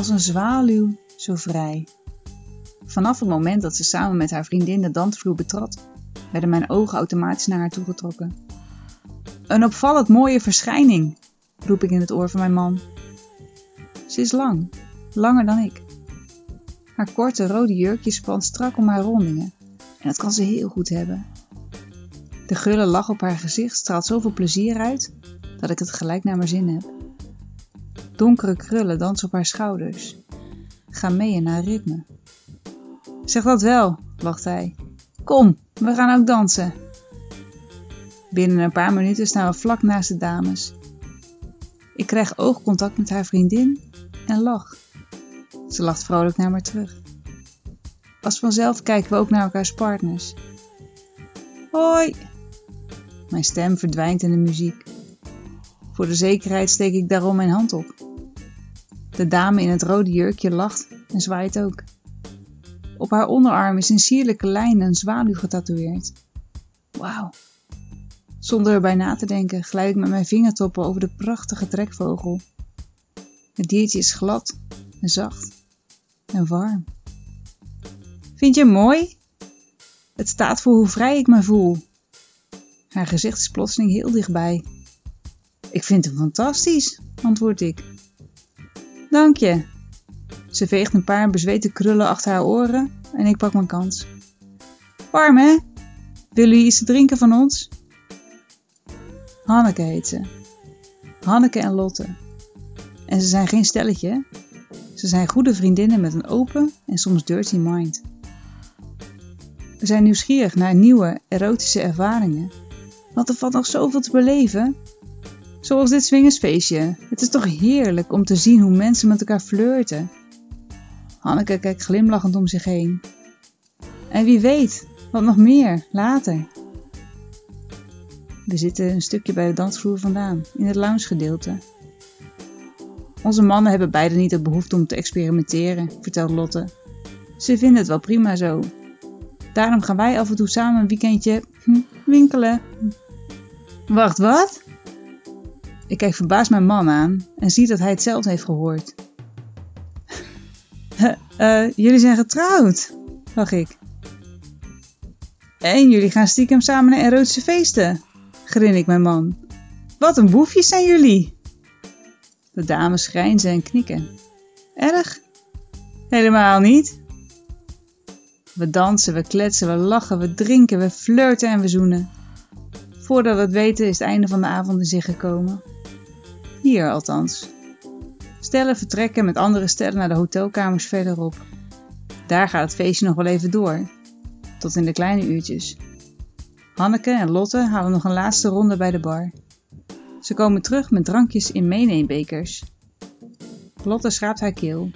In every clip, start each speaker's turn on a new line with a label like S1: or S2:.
S1: als een zwaluw, zo vrij. Vanaf het moment dat ze samen met haar vriendin de dansvloer betrad, werden mijn ogen automatisch naar haar toegetrokken. Een opvallend mooie verschijning, roep ik in het oor van mijn man. Ze is lang, langer dan ik. Haar korte rode jurkje spant strak om haar rondingen en dat kan ze heel goed hebben. De gulle lach op haar gezicht straalt zoveel plezier uit dat ik het gelijk naar mijn zin heb. Donkere krullen dansen op haar schouders. Ga mee in haar ritme. Zeg dat wel, lacht hij. Kom, we gaan ook dansen. Binnen een paar minuten staan we vlak naast de dames. Ik krijg oogcontact met haar vriendin en lach. Ze lacht vrolijk naar me terug. Als vanzelf kijken we ook naar elkaars partners. Hoi! Mijn stem verdwijnt in de muziek. Voor de zekerheid steek ik daarom mijn hand op. De dame in het rode jurkje lacht en zwaait ook. Op haar onderarm is in sierlijke lijnen een zwaluw getatoeëerd. Wauw. Zonder erbij na te denken glijd ik met mijn vingertoppen over de prachtige trekvogel. Het diertje is glad en zacht en warm. Vind je hem mooi? Het staat voor hoe vrij ik me voel. Haar gezicht is plotseling heel dichtbij. Ik vind hem fantastisch, antwoord ik. Dank je. Ze veegt een paar bezweten krullen achter haar oren en ik pak mijn kans. Warm, hè? Willen jullie iets te drinken van ons? Hanneke heet ze. Hanneke en Lotte. En ze zijn geen stelletje. Ze zijn goede vriendinnen met een open en soms dirty mind. We zijn nieuwsgierig naar nieuwe, erotische ervaringen. Want er valt nog zoveel te beleven. Zoals dit swingersfeestje. Het is toch heerlijk om te zien hoe mensen met elkaar flirten. Hanneke kijkt glimlachend om zich heen. En wie weet, wat nog meer, later. We zitten een stukje bij de dansvloer vandaan, in het loungegedeelte. Onze mannen hebben beide niet de behoefte om te experimenteren, vertelt Lotte. Ze vinden het wel prima zo. Daarom gaan wij af en toe samen een weekendje winkelen. Wacht, wat? Ik kijk verbaasd mijn man aan en zie dat hij hetzelfde heeft gehoord. Jullie zijn getrouwd, lach ik. En jullie gaan stiekem samen naar erotische feesten, grin ik mijn man. Wat een boefjes zijn jullie! De dames grijnzen en knikken. Erg? Helemaal niet. We dansen, we kletsen, we lachen, we drinken, we flirten en we zoenen. Voordat we het weten is het einde van de avond in zicht gekomen. Hier althans. Stellen vertrekken met andere stellen naar de hotelkamers verderop. Daar gaat het feestje nog wel even door. Tot in de kleine uurtjes. Hanneke en Lotte halen nog een laatste ronde bij de bar. Ze komen terug met drankjes in meeneembekers. Lotte schraapt haar keel.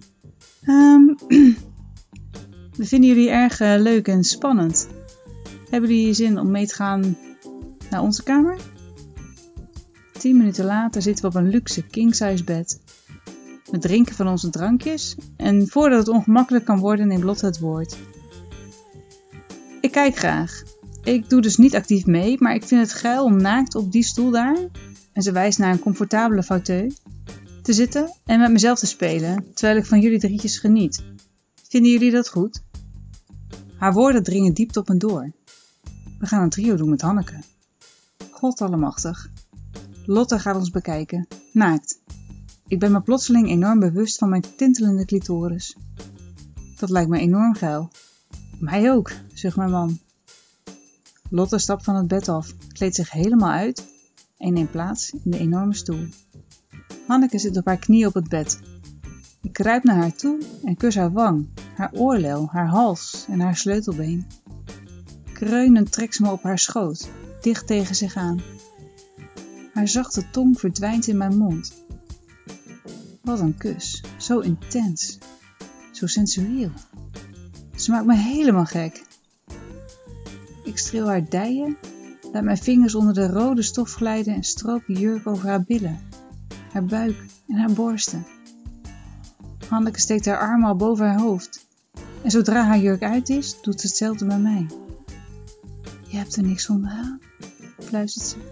S1: We vinden jullie erg leuk en spannend. Hebben jullie zin om mee te gaan naar onze kamer? 10 minuten later zitten we op een luxe king-size bed. We drinken van onze drankjes en voordat het ongemakkelijk kan worden neemt Lotte het woord. Ik kijk graag. Ik doe dus niet actief mee, maar ik vind het geil om naakt op die stoel daar, en ze wijst naar een comfortabele fauteuil, te zitten en met mezelf te spelen, terwijl ik van jullie drietjes geniet. Vinden jullie dat goed? Haar woorden dringen diep tot me door. We gaan een trio doen met Hanneke. God allemachtig. Lotte gaat ons bekijken, naakt. Ik ben me plotseling enorm bewust van mijn tintelende clitoris. Dat lijkt me enorm geil. Mij ook, zucht mijn man. Lotte stapt van het bed af, kleedt zich helemaal uit en neemt plaats in de enorme stoel. Hanneke zit op haar knieën op het bed. Ik kruip naar haar toe en kus haar wang, haar oorlel, haar hals en haar sleutelbeen. Kreunend trekt ze me op haar schoot, dicht tegen zich aan. Haar zachte tong verdwijnt in mijn mond. Wat een kus, zo intens, zo sensueel. Ze maakt me helemaal gek. Ik streel haar dijen, laat mijn vingers onder de rode stof glijden en stroop de jurk over haar billen, haar buik en haar borsten. Hanneke steekt haar armen al boven haar hoofd en zodra haar jurk uit is, doet ze hetzelfde bij mij. Je hebt er niks onderaan, fluistert ze.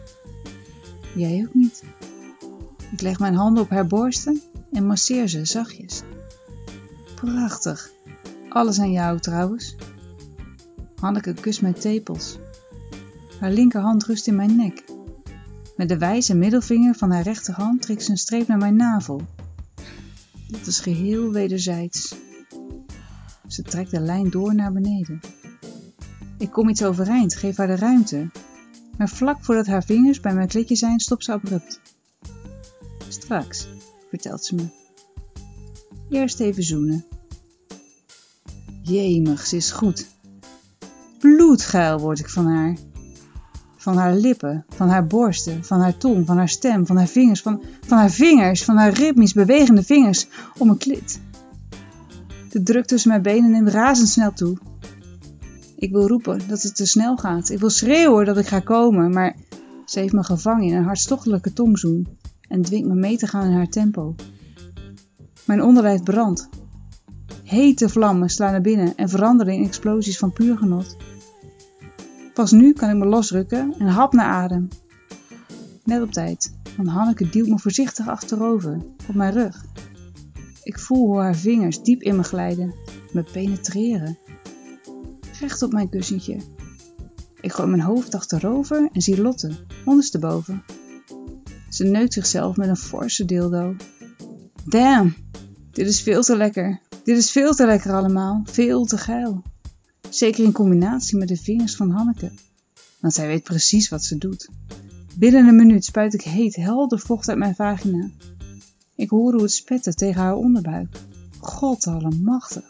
S1: Jij ook niet. Ik leg mijn handen op haar borsten en masseer ze zachtjes. Prachtig. Alles aan jou trouwens. Hanneke kust mijn tepels. Haar linkerhand rust in mijn nek. Met de wijze middelvinger van haar rechterhand trekt ze een streep naar mijn navel. Dat is geheel wederzijds. Ze trekt de lijn door naar beneden. Ik kom iets overeind, geef haar de ruimte. Maar vlak voordat haar vingers bij mijn klitje zijn, stopt ze abrupt. Straks, vertelt ze me. Eerst even zoenen. Jemig, ze is goed. Bloedgeil word ik van haar. Van haar lippen, van haar borsten, van haar tong, van haar stem, van haar vingers, van haar ritmisch bewegende vingers om mijn klit. De druk tussen mijn benen neemt razendsnel toe. Ik wil roepen dat het te snel gaat. Ik wil schreeuwen dat ik ga komen, maar ze heeft me gevangen in een hartstochtelijke tongzoen en dwingt me mee te gaan in haar tempo. Mijn onderlijf brandt. Hete vlammen slaan naar binnen en veranderen in explosies van puur genot. Pas nu kan ik me losrukken en hap naar adem. Net op tijd, want Hanneke duwt me voorzichtig achterover, op mijn rug. Ik voel hoe haar vingers diep in me glijden, me penetreren. Recht op mijn kussentje. Ik gooi mijn hoofd achterover en zie Lotte, ondersteboven. Ze neukt zichzelf met een forse dildo. Damn, dit is veel te lekker. Dit is veel te lekker allemaal, veel te geil. Zeker in combinatie met de vingers van Hanneke. Want zij weet precies wat ze doet. Binnen een minuut spuit ik heet, helder vocht uit mijn vagina. Ik hoor hoe het spettert tegen haar onderbuik. God allemachtig.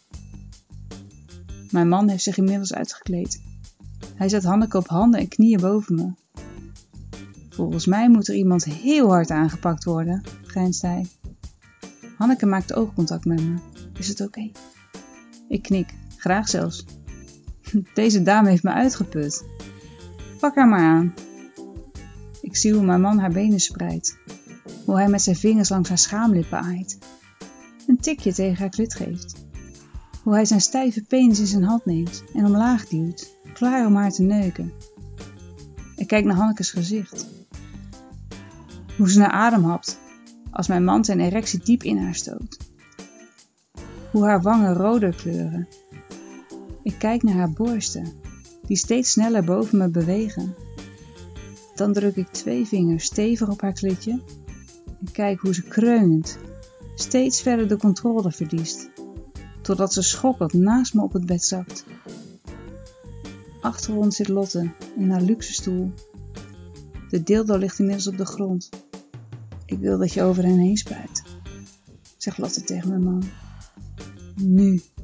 S1: Mijn man heeft zich inmiddels uitgekleed. Hij zet Hanneke op handen en knieën boven me. Volgens mij moet er iemand heel hard aangepakt worden, grijnst hij. Hanneke maakt oogcontact met me. Is het oké? Ik knik, graag zelfs. Deze dame heeft me uitgeput. Pak haar maar aan. Ik zie hoe mijn man haar benen spreidt. Hoe hij met zijn vingers langs haar schaamlippen aait. Een tikje tegen haar klit geeft. Hoe hij zijn stijve penis in zijn hand neemt en omlaag duwt, klaar om haar te neuken. Ik kijk naar Hannekes gezicht. Hoe ze naar adem hapt, als mijn man zijn erectie diep in haar stoot. Hoe haar wangen roder kleuren. Ik kijk naar haar borsten, die steeds sneller boven me bewegen. Dan druk ik 2 vingers stevig op haar klitje en kijk hoe ze kreunend steeds verder de controle verliest, totdat ze schokkend naast me op het bed zakt. Achter ons zit Lotte in haar luxe stoel. De dildo ligt inmiddels op de grond. Ik wil dat je over hen heen spuit, zegt Lotte tegen mijn man. Nu.